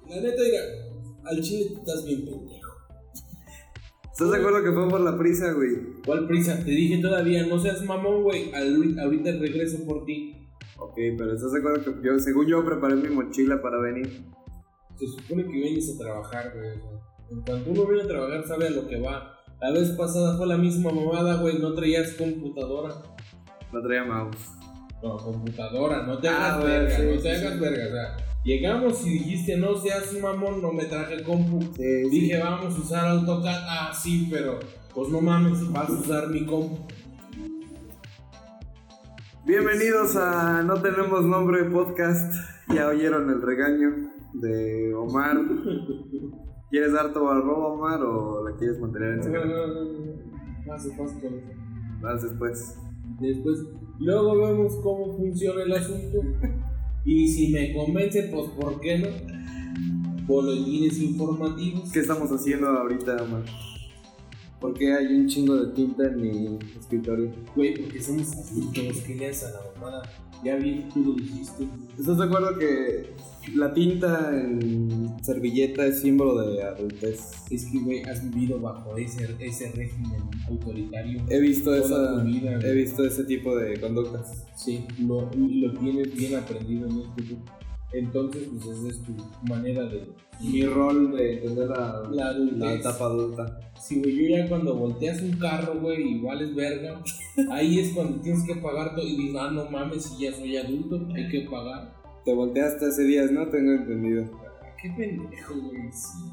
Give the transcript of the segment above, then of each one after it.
La neta, mira, al chile tú estás bien pendejo. ¿Estás de acuerdo que fue por la prisa, güey? ¿Cuál prisa? Te dije todavía, no seas mamón, güey. Ahorita regreso por ti. Ok, pero ¿estás de acuerdo que según yo preparé mi mochila para venir? Se supone que vienes a trabajar, güey. En cuanto uno viene a trabajar, sabe a lo que va. La vez pasada fue la misma mamada, güey. No traías computadora. No traía mouse. No, computadora. No te hagas güey, verga, sí, no te hagas verga. O sea, llegamos y dijiste, no seas mamón, no me traje compu. Sí, Dije, vamos a usar AutoCAD. Ah, sí, pero pues no mames, vas a usar mi compu. Bienvenidos a No Tenemos Nombre Podcast. Ya oyeron el regaño de Omar. ¿Quieres dar tu arroba, Omar, o la quieres mantener en secreto? Pase con eso. Vas después. Después, luego vemos cómo funciona el asunto. Y si me convence, pues ¿por qué no? Boletines informativos. ¿Qué estamos haciendo ahorita, Omar? ¿Por qué hay un chingo de tinta en mi escritorio? Güey, porque somos adultos, que le haces a la mamada. Ya bien, tú lo dijiste. ¿Estás de acuerdo que la tinta en servilleta es símbolo de adultez? Es que, güey, has vivido bajo ese régimen autoritario. He visto toda tu vida, he visto ese tipo de conductas. Sí, lo tienes bien aprendido en este grupo. Entonces, pues esa es tu manera de... Mi rol de entender la etapa adulta. Sí, güey, yo ya cuando volteas un carro, güey, igual es verga. Ahí es cuando tienes que pagar todo y dices, ah, no mames, si ya soy adulto, hay que pagar. Te volteaste hace días, ¿no? Tengo entendido. Qué pendejo, güey, sí.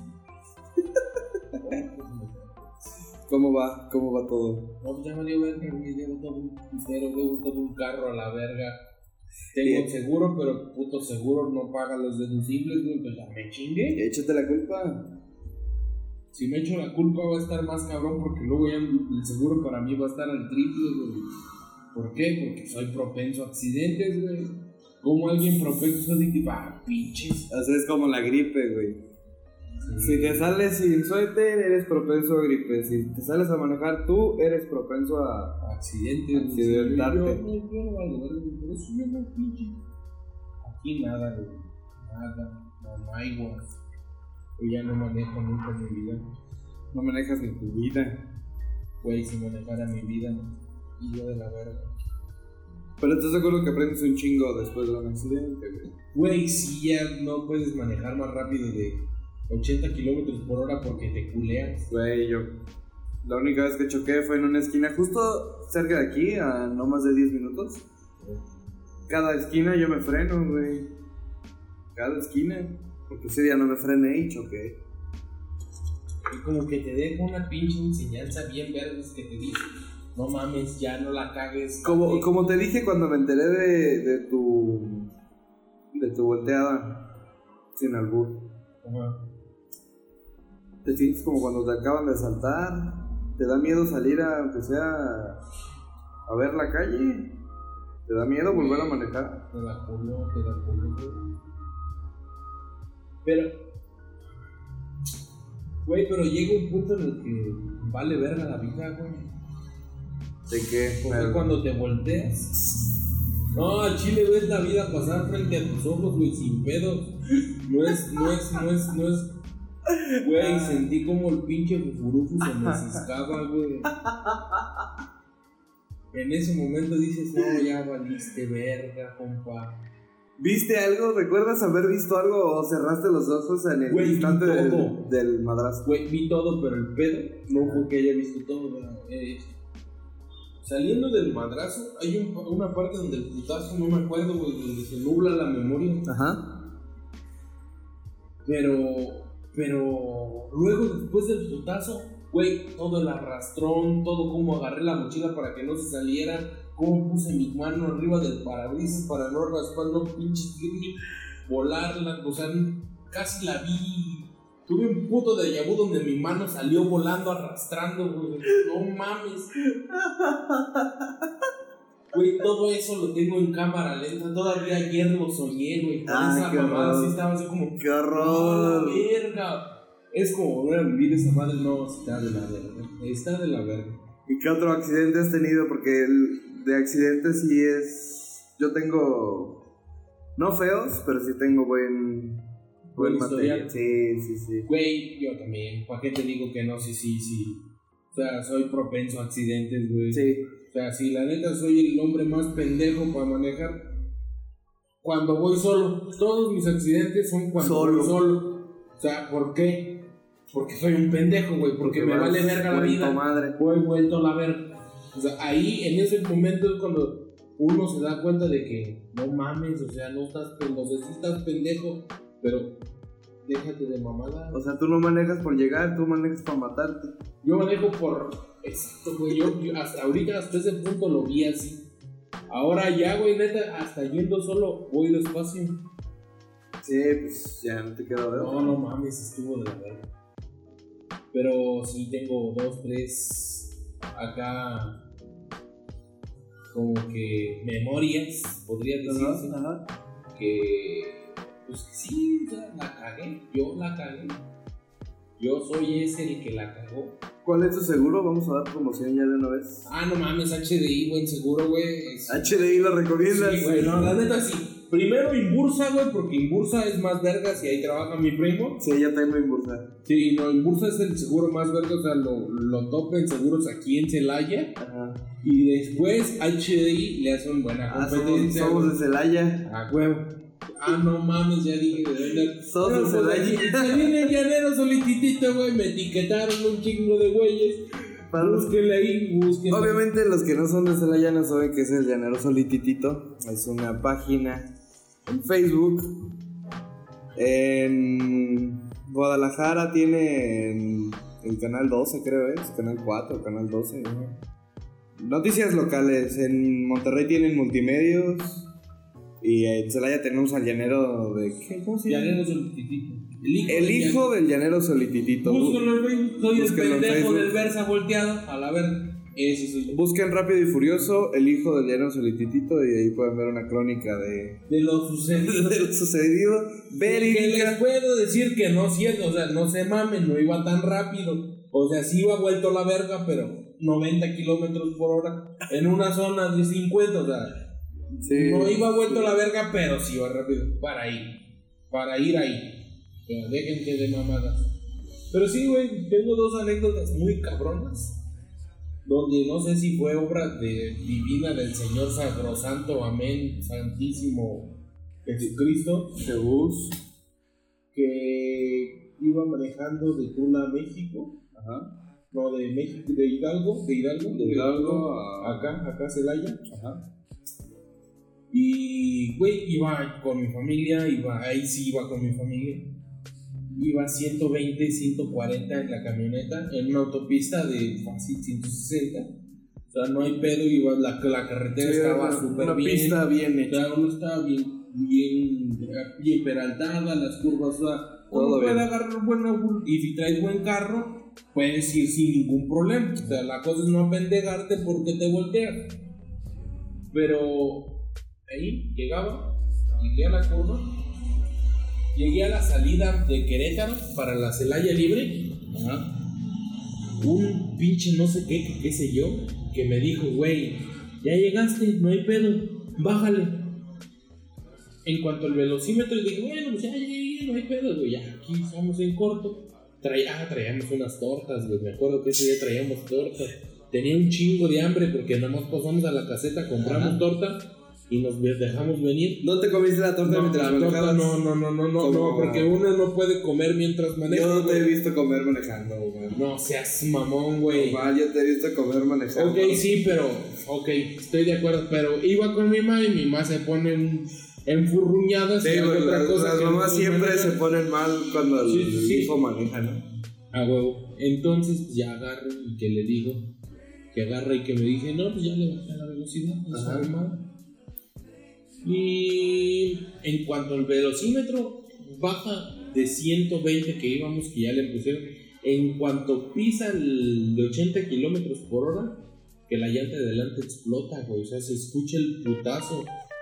¿Cómo va todo? No, pues ya me dio verga, güey, llevo todo un putero, llevo todo un carro a la verga. Tengo seguro, pero puto seguro no paga los deducibles, güey, pues ya me chingue. Échate la culpa. Si me echo la culpa va a estar más cabrón porque luego ya el seguro para mí va a estar al triple, güey. ¿Por qué? Porque soy propenso a accidentes, güey. Como alguien propenso a decir, pinches. Así es como la gripe, güey. Sí. Si te sales sin suéter, eres propenso a gripe. Si te sales a manejar tú, eres propenso a accidentes. accidentarte. Yo no vale, por eso yo no pinche. Aquí nada, güey. Nada. No hay, güey. Yo ya no manejo nunca mi vida. No manejas ni tu vida. Güey, si manejara mi vida, y yo de la verga. Pero estás seguro que aprendes un chingo después de un accidente, güey. Güey, si ya no puedes manejar más rápido de 80 kilómetros por hora porque te culeas. Güey, yo la única vez que choqué fue en una esquina justo cerca de aquí, a no más de 10 minutos. Cada esquina yo me freno, güey. Cada esquina. Porque ese día no me frené y choqué. Y como que te deja una pinche enseñanza bien verde que te dice, no mames, ya no la cagues. Como te dije cuando me enteré de tu volteada sin albur. Ajá. Te sientes como cuando te acaban de asaltar. Te da miedo salir aunque sea a ver la calle. Te da miedo volver a manejar. Te la culo. Pero llega un punto en el que vale verga la vida, güey. ¿De qué? Porque cuando te volteas, no, al chile ves la vida pasar frente a tus ojos, güey, sin pedos. No es. Güey, sentí como el pinche fufurufu se me ciscaba, güey. En ese momento dices, no, ya valiste verga, compa. ¿Viste algo? ¿Recuerdas haber visto algo o cerraste los ojos en el instante del madrazo? Güey, vi todo, pero el pedo no fue que haya visto todo, güey. Saliendo del madrazo, hay una parte donde el putazo, no me acuerdo, güey, donde se nubla la memoria. Ajá. Pero luego, después del putazo, güey, todo el arrastrón, todo como agarré la mochila para que no se saliera, cómo puse mi mano arriba del parabrisas para no raspar, no pinches, volarla, o sea, casi la vi. Tuve un puto déjà vu donde mi mano salió volando, arrastrando, güey. No mames. Güey, todo eso lo tengo en cámara lenta. Todavía ayer lo soñé, güey. Con esa mamada así estaba así como... ¡Qué horror! ¡Oh, la verga! Es como volver a vivir esa madre. No, está de la verga. Está de la verga. ¿Y qué otro accidente has tenido? Porque de accidentes sí es... Yo tengo... No feos, pero sí tengo buen historial. material. Sí. Güey, yo también. ¿Para qué te digo que no? Sí. O sea, soy propenso a accidentes, güey. Sí. O sea, si la neta soy el hombre más pendejo para manejar, cuando voy solo. Todos mis accidentes son cuando voy solo. O sea, ¿por qué? Porque soy un pendejo, güey. Porque me vale verga la vida. Madre. Voy vuelto a la verga. O sea, ahí, en ese momento es cuando uno se da cuenta de que no mames, o sea, no sé si estás pendejo, pero déjate de mamada. O sea, tú no manejas por llegar, tú manejas para matarte. Yo manejo por... Exacto, güey, yo hasta ahorita, hasta ese punto lo vi así. Ahora ya, güey, neta, hasta yendo solo, voy despacio. Sí, pues ya no te queda ver. No mames, estuvo de la verga. Pero sí tengo 2, 3 acá... como que memorias, podría decirse, que pues que sí, o sea, yo la cagué, yo soy ese el que la cagó. ¿Cuál es tu seguro? Vamos a dar promoción ya de una vez. No mames, HDI, buen seguro, güey. HDI lo recomiendas. Sí, güey, no, la neta sí. Primero Inbursa, güey, porque Inbursa es más vergas y ahí trabaja mi primo. Sí, ya tengo Inbursa. Sí, no, Inbursa es el seguro más verga, o sea, lo top en seguros aquí en Celaya. Ajá. Y después HDI le hacen buena competencia. Somos de Celaya. A huevo. No mames, ya dije de vender. Somos de Celaya. Se viene el llanero solititito, güey. Me etiquetaron un chingo de güeyes. Búsquenle ahí, búsquenle. Obviamente los que no son de Celaya no saben que es el llanero solititito. Es una página en Facebook. En Guadalajara tiene el canal 12, creo es. Canal 4, canal 12. Noticias locales. En Monterrey tienen Multimedios. Y en Celaya tenemos al llanero de... ¿Cómo se llama? Llanero solititito. El hijo del llanero solititito. Búsquenlo en Facebook. Soy el pendejo del Versa volteado. A la verga. Ese soy yo. Busquen Rápido y Furioso, el hijo del llanero solititito, y ahí pueden ver una crónica de lo sucedido. De lo sucedido. Verídica. Que les puedo decir que no es cierto. O sea, no se mamen, no iba tan rápido. O sea, sí iba vuelto a la verga, pero 90 kilómetros por hora en una zona de 50, o sea, sí. No iba vuelto a la verga, pero sí iba rápido para ir ahí. Pero déjense de mamadas. Pero sí, güey, tengo 2 anécdotas muy cabronas, donde no sé si fue obra divina del Señor Sacrosanto, amén, santísimo Jesucristo, Jesús, que iba manejando de Tula a México. Ajá. No, de México, de Hidalgo acá Celaya. Ajá. Y, güey, iba con mi familia, ahí sí iba con mi familia. Iba 120, 140 en la camioneta, en una autopista de fácil 160. O sea, no hay pedo, la carretera estaba súper bien. Una pista bien hecha. Uno estaba bien peraltada, las curvas, o sea, todo bien. Puede agarrar y si traes buen carro, puedes ir sin ningún problema. O sea, la cosa es no apendejarte porque te volteas. Pero ahí llegué a la curva, llegué a la salida de Querétaro para la Celaya Libre. Ajá. Un pinche no sé qué sé yo, que me dijo, güey, ya llegaste, no hay pedo, bájale. En cuanto al velocímetro, le dije, bueno, pues ya llegué, no hay pedo, güey, ya aquí estamos en corto. Traíamos unas tortas, güey, me acuerdo que ese día traíamos tortas. Tenía un chingo de hambre porque nada más pasamos a la caseta, compramos torta y nos dejamos venir. ¿No te comiste la torta mientras manejabas? No, porque uno no puede comer mientras maneja. Yo no te he visto comer manejando, güey. No seas mamón, güey. Yo te he visto comer manejando. Ok, sí, pero, estoy de acuerdo, pero iba con mi mamá y mi mamá se pone enfurruñadas. Sí, güey, las mamás siempre se ponen mal cuando el hijo maneja, ¿no? A huevo. Entonces, pues ya agarro y que le digo, que agarra y que me dije, no, pues ya le bajé la velocidad, y en cuanto al velocímetro baja de 120 que íbamos, que ya le pusieron, en cuanto pisa de 80 kilómetros por hora, que la llanta de adelante explota, güey, o sea, se escucha el putazo.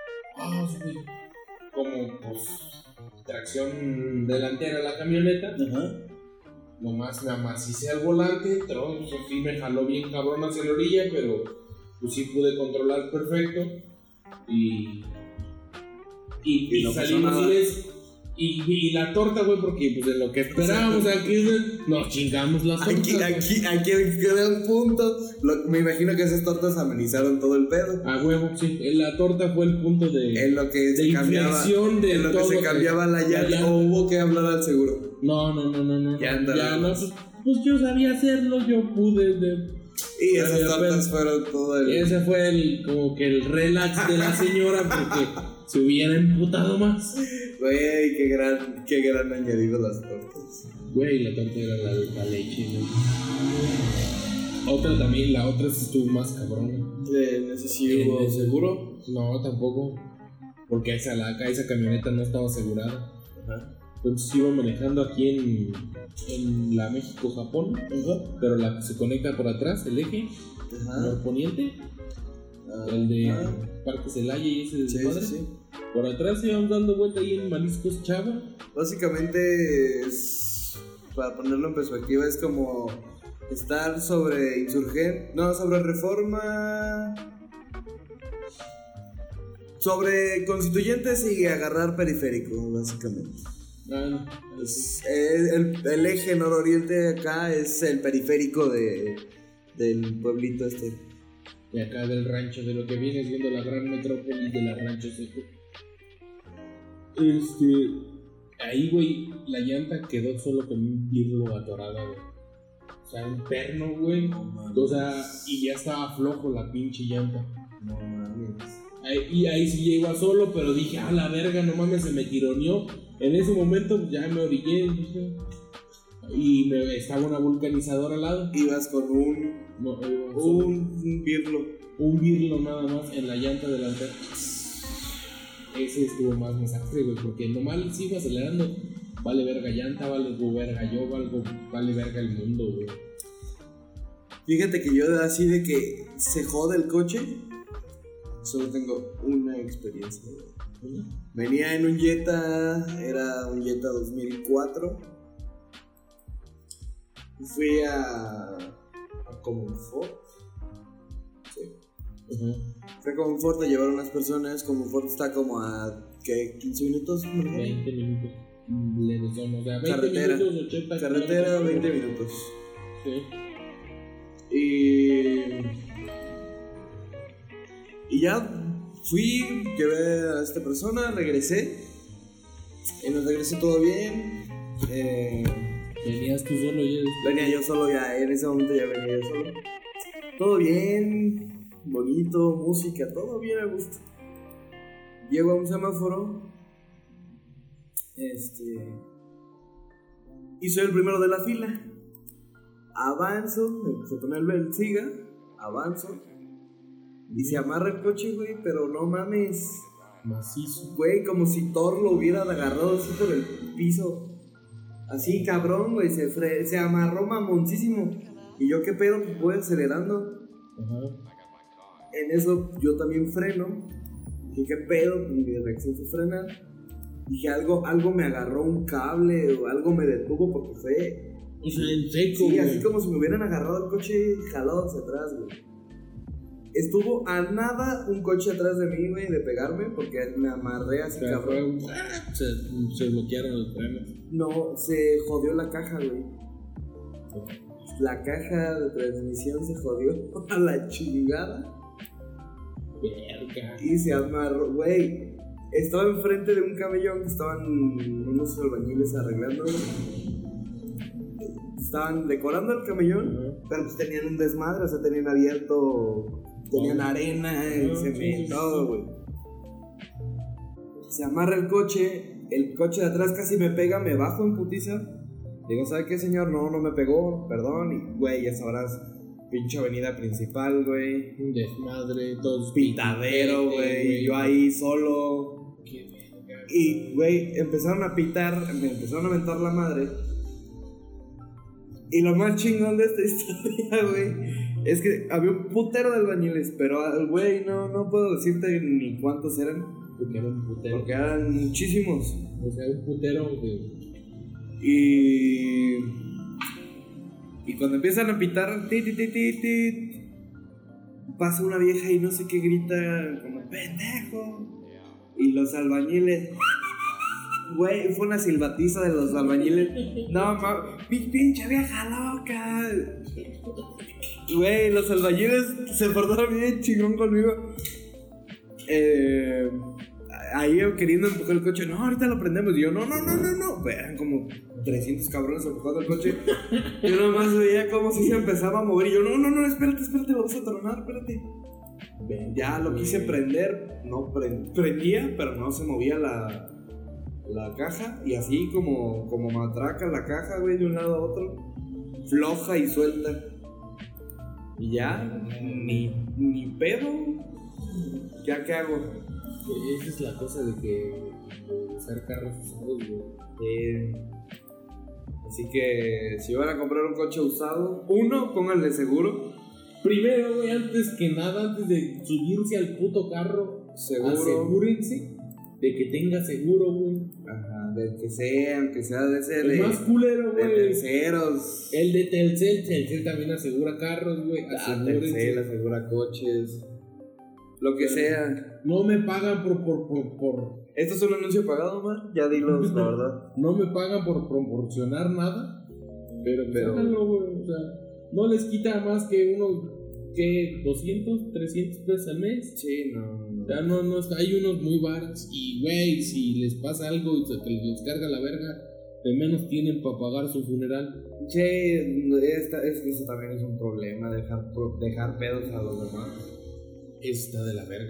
Como pues tracción delantera la camioneta. Ajá. Nomás me amacicé al volante, sí me jaló bien cabrón hacia la orilla, pero pues sí pude controlar perfecto y no salimos ilesos. Y la torta, güey, porque pues de lo que esperábamos aquí nos chingamos las tortas. Aquí queda un punto. Me imagino que esas tortas amenizaron todo el pedo. A huevo, sí. La torta fue el punto en lo que de inflexión de en lo todo que se cambiaba la llanta. ¿O hubo que hablar al seguro? No. Ya no, pues yo sabía hacerlo, yo pude. Y esas tortas fueron todo el... Ese fue como que el relax de la señora porque se hubiera emputado más. Güey, qué gran añadido las tortas. Güey, la torta era la leche, ¿no? La otra sí estuvo más cabrón. ¿De seguro? No, tampoco. Porque esa camioneta no estaba asegurada. Ajá. Entonces iba manejando aquí en la México-Japón, pero la que se conecta por atrás, el eje norponiente, el de Parque Celaya y ese de su padre. Sí. Por atrás íbamos dando vuelta ahí en Mariscos Chava. Básicamente, para ponerlo en perspectiva, es como estar sobre sobre Reforma, sobre Constituyentes y agarrar Periférico, básicamente. El eje nororiente acá es el periférico del pueblito este. De acá del rancho, de lo que viene siendo la gran metrópolis de la Rancho Seco. Ahí, güey, la llanta quedó solo con un birlo atorada, güey. O sea, un perno, güey. O sea, y ya estaba flojo la pinche llanta. No mames. Ahí sí ya iba solo, pero dije, a la verga, no mames, se me tironeó. En ese momento pues, ya me orillé, dije, y estaba una vulcanizadora al lado. Ibas con un birlo. Un birlo nada más en la llanta delantera. Ese estuvo más masacre, güey, porque normal sigo acelerando. Vale verga llanta, vale verga yo, vale verga el mundo, güey. Fíjate que yo así de que se jode el coche, solo tengo una experiencia, güey. Venía en un Jetta, era un Jetta 2004. Fui a Comonfort. Sí. Fui a Comonfort a llevar a unas personas. Comonfort está como a, ¿qué? ¿15 minutos? 20 minutos. O sea, 20 carretera, minutos, 80 carretera, 20 minutos. Sí. Y ya fui, llevé a esta persona, regresé. Y nos regresé todo bien. ¿Venías tú solo? Venía yo solo ya, en ese momento ya venía yo solo. Todo bien, bonito, música, todo bien a gusto. Llego a un semáforo. Y soy el primero de la fila. Avanzo, se pone el siga, avanzo. Y se amarra el coche, güey, pero no mames. Macizo. Güey, como si Thor lo hubiera agarrado así por el piso. Así, cabrón, güey, se amarró mamoncísimo. Y yo, ¿qué pedo? Pues voy acelerando. En eso yo también freno. Dije, ¿qué pedo? Pues mi reacción fue frenar. Dije, algo me agarró un cable o algo me detuvo porque fue... O sea, en seco, sí, güey. Así como si me hubieran agarrado el coche jalado hacia atrás, güey. Estuvo a nada un coche atrás de mí, güey, de pegarme porque me amarré así, cabrón. Se bloquearon los frenos. No, se jodió la caja, güey. La caja de transmisión se jodió a la chingada. Verga. Y se amarró, güey. Estaba enfrente de un camellón que estaban unos albañiles arreglando. Estaban decorando el camellón, pero pues tenían un desmadre, o sea, tenían abierto, tenían arena, cemento, todo, güey. Se amarra el coche de atrás casi me pega, me bajo en putiza. Digo, ¿sabe qué, señor? No me pegó, perdón. Y, güey, ya sabrás, pinche avenida principal, güey. Un desmadre, todos pitadero, güey. Yo ahí solo. Y, güey, empezaron a pitar, me empezaron a mentar la madre. Y lo más chingón de esta historia, güey, es que había un putero de albañiles, pero, güey, no puedo decirte ni cuántos eran. Porque eran un putero. Porque eran muchísimos. O sea, un putero de... Y cuando empiezan a pitar, pasa una vieja y no sé qué grita, como pendejo. Y los albañiles, Güey, fue una silbatiza de los albañiles. No, pinche vieja loca. Güey, los albañiles se portaron bien chingón conmigo. Ahí queriendo empujar el coche. No, ahorita lo prendemos. Y yo, no. Eran como 300 cabrones empujando el coche. Yo nomás veía como si se empezaba a mover. Y yo, no, espérate, lo vas a tronar, espérate. Ya lo quise prender. No prendía, pero no se movía la caja. Y así como matraca la caja, güey, de un lado a otro. Floja y suelta. Y ya, ni pedo. ¿Ya qué hago? Esa es la cosa de usar carros usados, güey. Así que si van a comprar un coche usado, pónganle seguro. Primero, güey, antes que nada, antes de subirse al puto carro, asegúrense de que tenga seguro, güey. Ajá, del que sea, aunque sea de ese el más culero, güey. De terceros. El de Telcel también asegura carros, güey. Telcel asegura coches. Lo que sea. No me pagan por... ¿Esto es un anuncio pagado, man? Ya dilos, la verdad. No me pagan por proporcionar nada. Pero háganlo, güey. O sea, no les quita más que unos... ¿Qué? ¿200, 300 pesos al mes? Sí, no. O sea, no está. Hay unos muy baratos. Y, güey, si les pasa algo y se les carga la verga, de menos tienen para pagar su funeral. Sí, eso también es un problema. Dejar pedos a los demás. Eso está de la verga.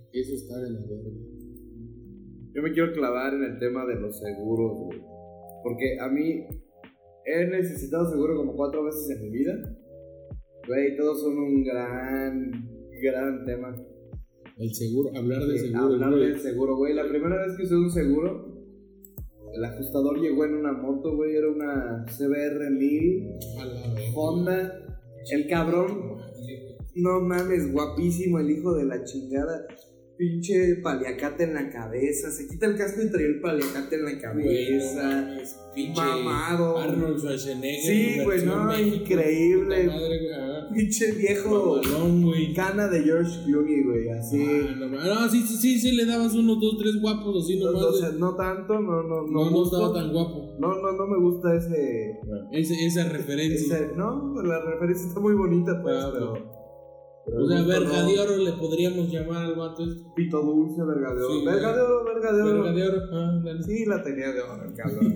Yo me quiero clavar en el tema de los seguros, güey. Porque a mí he necesitado seguro como 4 veces en mi vida. Güey, todos son un gran tema. El seguro, hablar del seguro. Hablar del seguro, güey. La primera vez que usé un seguro, el ajustador llegó en una moto, güey. Era una CBR 1000 Honda. El cabrón, no mames, guapísimo el hijo de la chingada. Pinche paliacate en la cabeza. Se quita el casco y trae el paliacate en la cabeza. Pinche mamado. Arnold Schwarzenegger. Sí, güey, no, increíble. Madre, pinche viejo güey. Cana de George Clooney, güey, así. No, sí, le dabas 1, 2, 3 guapos, así nomás. O sea, no tanto, no estaba tan guapo. No me gusta esa referencia. No, la referencia está muy bonita, pues, pero o sea, verga de oro le podríamos llamar al vato este. Pito dulce, verga de oro. Sí, verga de oro. Verga de oro. Dale. Sí, la tenía de oro, el cabrón.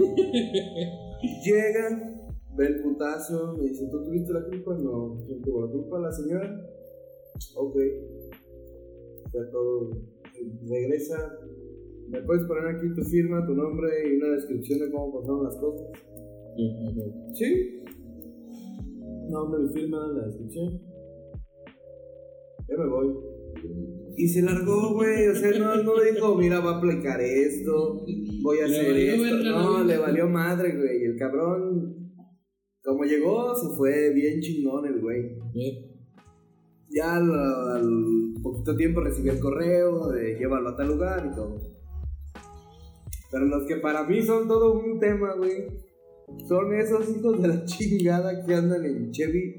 Llega, ve el putazo, me dice, ¿tú tuviste la culpa? No. ¿Quién tuvo la culpa? ¿La señora? Ok. O sea, todo. Regresa. ¿Me puedes poner aquí tu firma, tu nombre y una descripción de cómo pasaron las cosas? ¿Sí? Nombre, firma, la descripción. Ya me voy. Y se largó, güey. O sea, no dijo, mira, va a aplicar esto, voy a hacer esto. No, le valió madre, güey. El cabrón, como llegó, se fue bien chingón el güey. Ya al poquito tiempo recibió el correo de llévalo a tal lugar y todo. Pero los que para mí son todo un tema, güey, son esos hijos de la chingada que andan en Chevy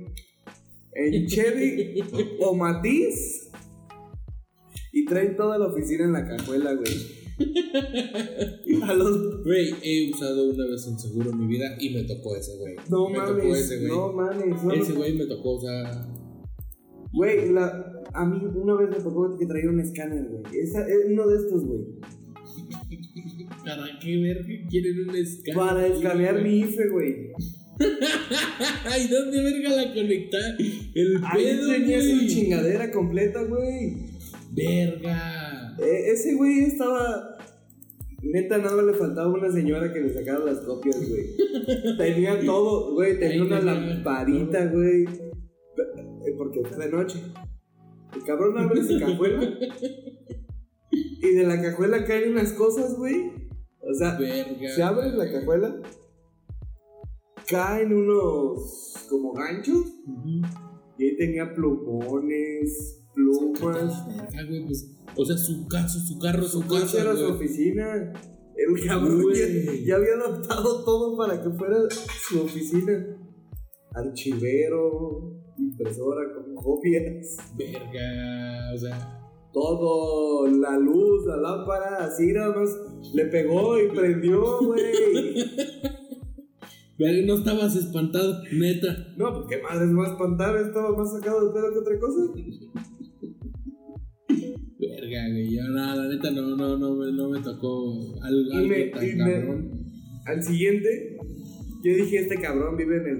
o Matiz y traen toda la oficina en la cajuela, güey. Güey, he usado una vez un seguro en mi vida y me tocó ese güey. No mames. Ese güey me tocó, o sea. Güey, a mí una vez me tocó que traía un escáner, güey. Es uno de estos, güey. ¿Para qué verga quieren un escáner? Para escanear mi IFE, güey. ¿Y dónde verga la conectar? El pedo, ahí tenía su chingadera completa, güey. Verga. Ese güey estaba... Neta, nada más le faltaba una señora que le sacara las copias, güey. Tenía todo, güey. Tenía una lamparita, güey. Porque fue de noche. El cabrón abre su cajuela y de la cajuela caen unas cosas, güey. O sea, verga, se abre la cajuela, caen unos como ganchos, y ahí tenía plumones, plumas. Verga, güey, pues, o sea, su carro, su casa era su oficina. El cabrón ya había adaptado todo para que fuera su oficina. Archivero, impresora con copias. Verga, o sea. todo, la luz, la lámpara, así nada más le pegó y prendió, güey. No estabas espantado, neta. No, pues qué madre es más espantar, estaba más sacado de pedo que otra cosa. Verga, güey, yo nada, la neta no me tocó algo tan cabrón. Al siguiente, yo dije, este cabrón vive en el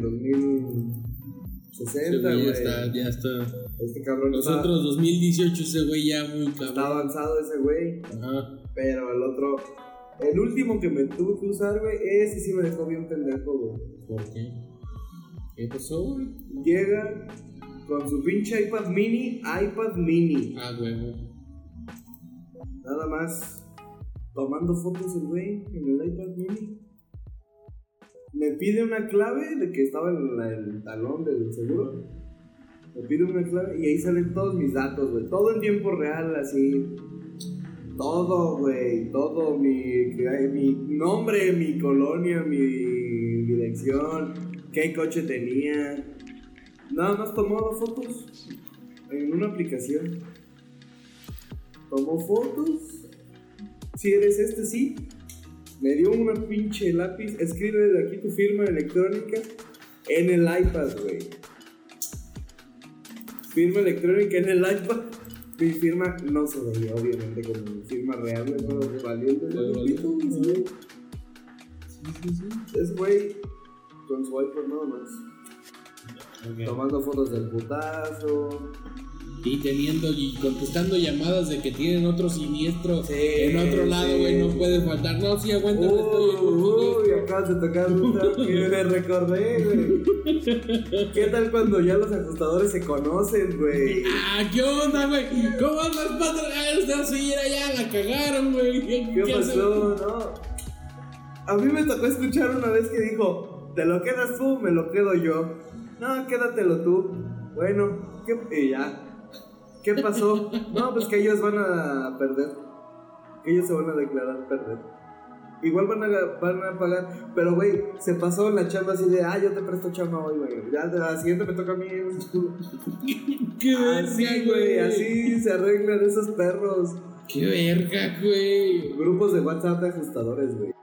2060, güey. Ya está. Este cabrón Nosotros 2018, ese güey ya muy cabrón. Está avanzado ese güey. Ajá. Pero el otro, el último que me tuve que usar, güey, ese sí me dejó bien pendejo, güey. ¿Por qué? ¿Qué pasó, güey? Llega con su pinche iPad mini. Ah, güey. Nada más tomando fotos el güey en el iPad mini. Me pide una clave de que estaba en el talón del seguro. Me pide una clave y ahí salen todos mis datos, güey. Todo en tiempo real, así. Todo, güey. Todo. Mi nombre, mi colonia, mi dirección, qué coche tenía. Nada más tomaba fotos en una aplicación. Tomó fotos. Si eres sí. Me dio una pinche lápiz. Escribe de aquí tu firma electrónica en el iPad, güey. Firma electrónica en el iPad. Mi firma no se veía, obviamente, como mi firma real, güey, pero valió el pito, güey. Sí. Es güey con su iPad nada más. Okay. Tomando fotos del putazo. Y contestando llamadas de que tienen otro siniestro en otro lado, güey, no puede faltar. No, sí, aguanta, estoy en Uy, acabas de tocar un tema que me recordé, güey. ¿Qué tal cuando ya los ajustadores se conocen, güey? Ah, ¿qué onda, güey? ¿Cómo andas, patrón? Esta señora ya la cagaron, güey. ¿Qué pasó? No. A mí me tocó escuchar una vez que dijo, ¿te lo quedas tú? Me lo quedo yo. No, quédatelo tú. Bueno, y ya. ¿Qué pasó? No, pues que ellos van a perder. Que ellos se van a declarar perder. Igual van a pagar. Pero, güey, se pasó en la chamba así de, yo te presto chamba hoy, güey. Ya de la siguiente me toca a mí. ¡Qué verga, así, güey! Así se arreglan esos perros. ¡Qué verga, güey! Grupos de WhatsApp de ajustadores, güey.